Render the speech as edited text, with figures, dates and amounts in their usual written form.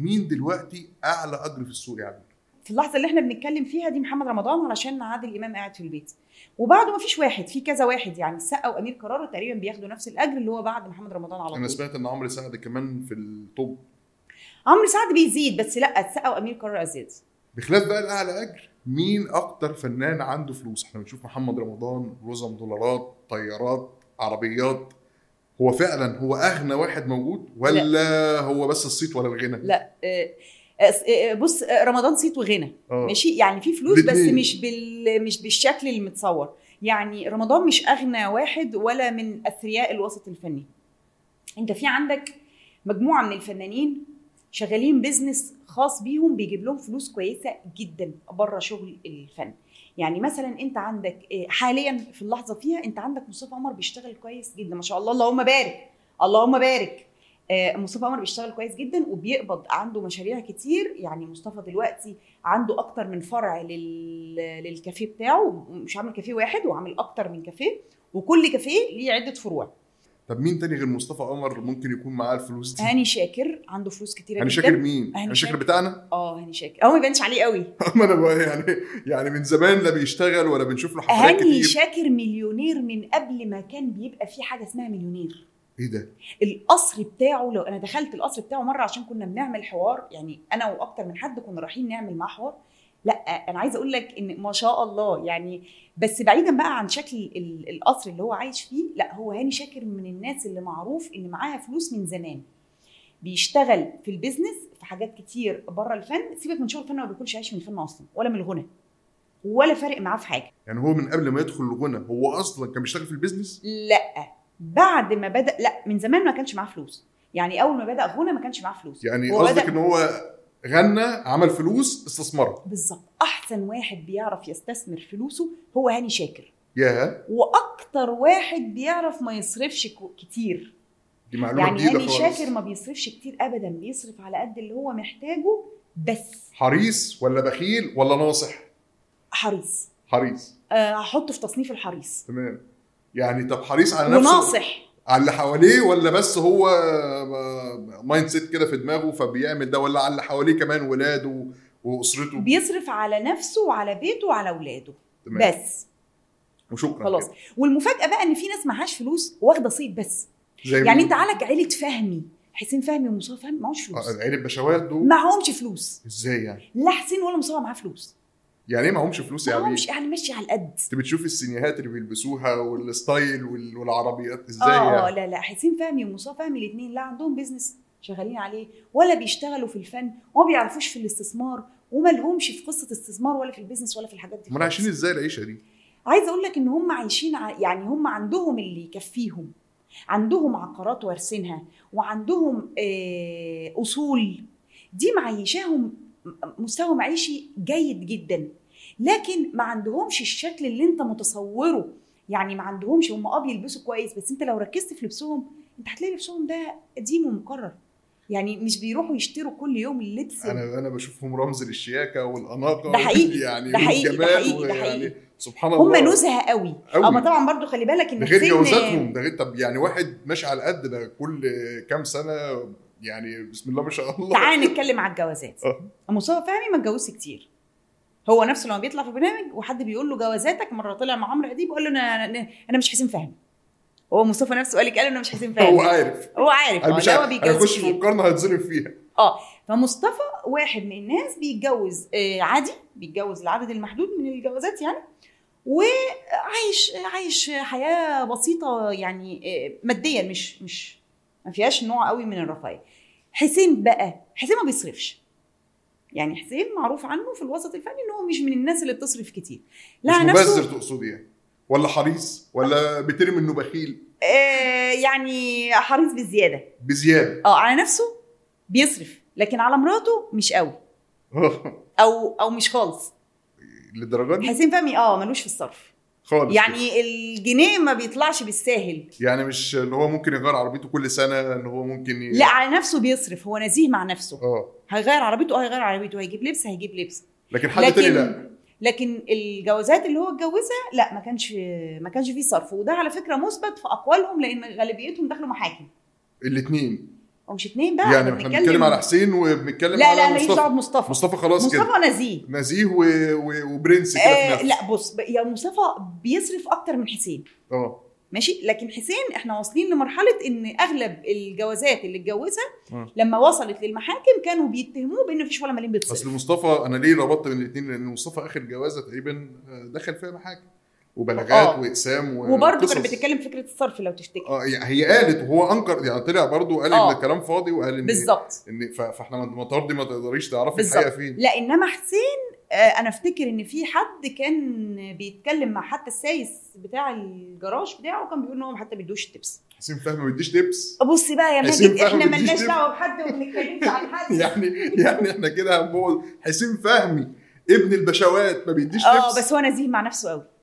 مين دلوقتي اعلى اجر في السوق يا عبد؟ في اللحظه اللي احنا بنتكلم فيها دي محمد رمضان، علشان عادل امام قاعد في البيت، وبعده ما فيش واحد، في كذا واحد يعني السقا وامير كرارة تقريبا بياخدوا نفس الاجر اللي هو بعد محمد رمضان على طول. انا سمعت ان عمرو سعد كمان في الطب. عمرو سعد بيزيد بس لا، السقا وامير كرارة ازيد. بخلاف بقى الاعلى اجر، مين اكتر فنان عنده فلوس؟ احنا بنشوف محمد رمضان رزم دولارات، طيارات، عربيات. هو فعلا هو اغنى واحد موجود ولا لا. هو بس الصيت ولا الغنى؟ لا بص، رمضان صيت وغنى ماشي، يعني في فلوس بس مش بالشكل المتصور. يعني رمضان مش اغنى واحد ولا من اثرياء الوسط الفني. انت في عندك مجموعه من الفنانين شغالين بيزنس خاص بيهم بيجيب لهم فلوس كويسه جدا بره شغل الفن. يعني مثلا انت عندك حاليا في اللحظه فيها انت عندك مصطفى قمر بيشتغل كويس جدا ما شاء الله، اللهم بارك اللهم بارك. مصطفى قمر بيشتغل كويس جدا وبيقبض، عنده مشاريع كتير. يعني مصطفى دلوقتي عنده اكتر من فرع للكافيه بتاعه، مش عامل كافيه واحد وعامل اكتر من كافيه، وكل كافيه ليه عده فروع. طب مين تاني غير مصطفى قمر ممكن يكون معاه الفلوس دي؟ هاني شاكر عنده فلوس كتيره جدا. هاني شاكر مين؟ هاني شاكر بتاعنا؟ هاني شاكر ما يبانش عليه قوي. ما انا بقى يعني من زمان لا بيشتغل ولا بنشوف له حفلات كتير. هاني شاكر مليونير من قبل ما كان بيبقى في حاجه اسمها مليونير. ايه ده؟ القصر بتاعه، لو انا دخلت القصر بتاعه مره عشان كنا بنعمل حوار، يعني انا واكتر من حد كنا رايحين نعمل معاه حوار. لا انا عايزه اقول لك ان ما شاء الله يعني، بس بعيدا بقى عن شكل القصر اللي هو عايش فيه، لا هو هاني شاكر من الناس اللي معروف ان معاها فلوس من زمان، بيشتغل في البيزنس في حاجات كتير بره الفن. سيبك من شغل الفن، ما بيكونش عايش من الفن اصلا ولا من الغنى ولا فارق معاه في حاجه. يعني هو من قبل ما يدخل الغنى هو اصلا كان بيشتغل في البيزنس؟ لا بعد ما بدأ، لا من زمان ما كانش معاه فلوس. يعني اول ما بدأ غنى ما كانش معاه فلوس. يعني قصدك ان هو غنى عمل فلوس استثمرها؟ بالظبط. احسن واحد بيعرف يستثمر فلوسه هو هاني شاكر. واكتر واحد بيعرف ما يصرفش كتير. دي معلومه يعني جديده هاني خالص. شاكر ما بيصرفش كتير ابدا، بيصرف على قد اللي هو محتاجه بس. حريص ولا بخيل ولا ناصح؟ حريص. هحطه في تصنيف الحريص. تمام. يعني طب حريص على نفسه وناصح على اللي حواليه، ولا بس هو مايند سيت كده في دماغه فبيعمل ده، ولا على اللي حواليه كمان ولاده واسرته؟ بيصرف على نفسه وعلى بيته وعلى اولاده بس، وشكرا خلاص. والمفاجاه بقى ان في ناس معهاش فلوس واخده صيت بس. يعني انت عالك عيله فهمي، حسين فهمي ومصطفى فهمي معهوش فلوس. عيله بشوات دول معهمش فلوس. ازاي يعني؟ لا حسين ولا مصطفى معاه فلوس. يعني ايه معهمش فلوس؟ يعني ماشي على القد. انت بتشوف السينيهات اللي بيلبسوها والستايل والعربيات ازاي يعني؟ لا حسين فهمي ومصطفى فهمي الاثنين لا عندهم بيزنس شغالين عليه، ولا بيشتغلوا في الفن، وما بيعرفوش في الاستثمار، وما لهمش في قصه استثمار ولا في البيزنس ولا في الحاجات دي. هم عايشين ازاي العيشه دي؟ عايزه اقول لك ان هم عايشين يعني هم عندهم اللي يكفيهم، عندهم عقارات وارثينها، وعندهم اصول دي معيشاهم مستوى معيشي جيد جدا، لكن ما عندهمش الشكل اللي انت متصوره. يعني ما عندهمش، هم بيلبسوا كويس، بس انت لو ركزت في لبسهم انت هتلاقي لبسهم ده قديم ومكرر. يعني مش بيروحوا يشتروا كل يوم اللبس. انا بشوفهم رمز للشياكه والاناقه. ده حقيقي. يعني ده حقيقي. ده حقيقي. ده حقيقي. يعني سبحان الله هم نزهه قوي. اما طبعا برضو خلي بالك ان غير جوازاتهم ده غير. طب يعني واحد ماشي على قد ده كل كام سنه، يعني بسم الله ما شاء الله. تعال نتكلم على الجوازات. مصطفى فهمي ما اتجوزش كتير. هو نفسه لما بيطلع في برنامج وحد بيقول له جوازاتك، مره طلع مع عمرو اديب وقال له انا مش حسين فهمي. هو مصطفى نفسه قال انا مش حسين فهمي. هو عارف هو بيتجوز هيخش في مقارنه هيتظلم فيها. فمصطفى واحد من الناس بيتجوز عادي، بيتجوز العدد المحدود من الجوازات يعني، وعايش حياه بسيطه يعني ماديا، مش ما فيهاش نوع قوي من الرفاهيه. حسين ما بيصرفش. يعني حسين معروف عنه في الوسط الفني ان هو مش من الناس اللي بتصرف كتير. لا مش مبذر تقصدي يعني، ولا حريص، ولا بترمي انه بخيل؟ يعني حريص بزياده. على نفسه بيصرف، لكن على مراته مش قوي. او مش خالص للدرجه دي. حسين فهمي ملوش في الصرف خالص. يعني الجنيه ما بيطلعش بالساهل. يعني مش اللي هو ممكن يغير عربيته كل سنه، اللي هو ممكن لا على نفسه بيصرف، هو نزيه مع نفسه. هيغير عربيته هيجيب لبس. لكن حد تاني لا. لكن الجوازات اللي هو اتجوزها لا، ما كانش فيه صرف. وده على فكره مثبت في اقوالهم، لان غالبيتهم دخلوا محاكم الاثنين. او مش اتنين بقى، يعني احنا بنتكلم على حسين وبنتكلم لا على لا ماليش دعوه بمصطفى. مصطفى خلاص كده، مصطفى نزيه وبرنس كده في نفسه. لا بص يا مصطفى بيصرف اكتر من حسين ماشي، لكن حسين احنا واصلين لمرحله ان اغلب الجوازات اللي اتجوزها لما وصلت للمحاكم كانوا بيتهموه بان مفيش ولا مليم بيتصرف. اصل مصطفى انا ليه ربطت بين الاثنين؟ لان مصطفى اخر جوازه تقريبا دخل فيها محاكم وبلاغات واقسام وبرضه كانت بتتكلم فكره الصرف لو تفتكر. يعني هي قالت وهو انكر، يعني طلع برضه قال ان الكلام فاضي، وقال ان بالظبط ان فاحنا المطار دي ما تقدريش تعرفي الحقيقه فين. لا انما حسين انا افتكر ان في حد كان بيتكلم مع حتى السايس بتاع الجراج بتاعه، كان بيقول ان هو حتى بيدوش تبس. حسين فهمي ما بيديش تبس؟ بصي بقى يا ماجد احنا مالناش دعوه بحد وما بنتكلمش عن حد. يعني احنا كده هنقول حسين فهمي ابن البشوات ما بيديش تبس. بس هو نزيه مع نفسه قوي.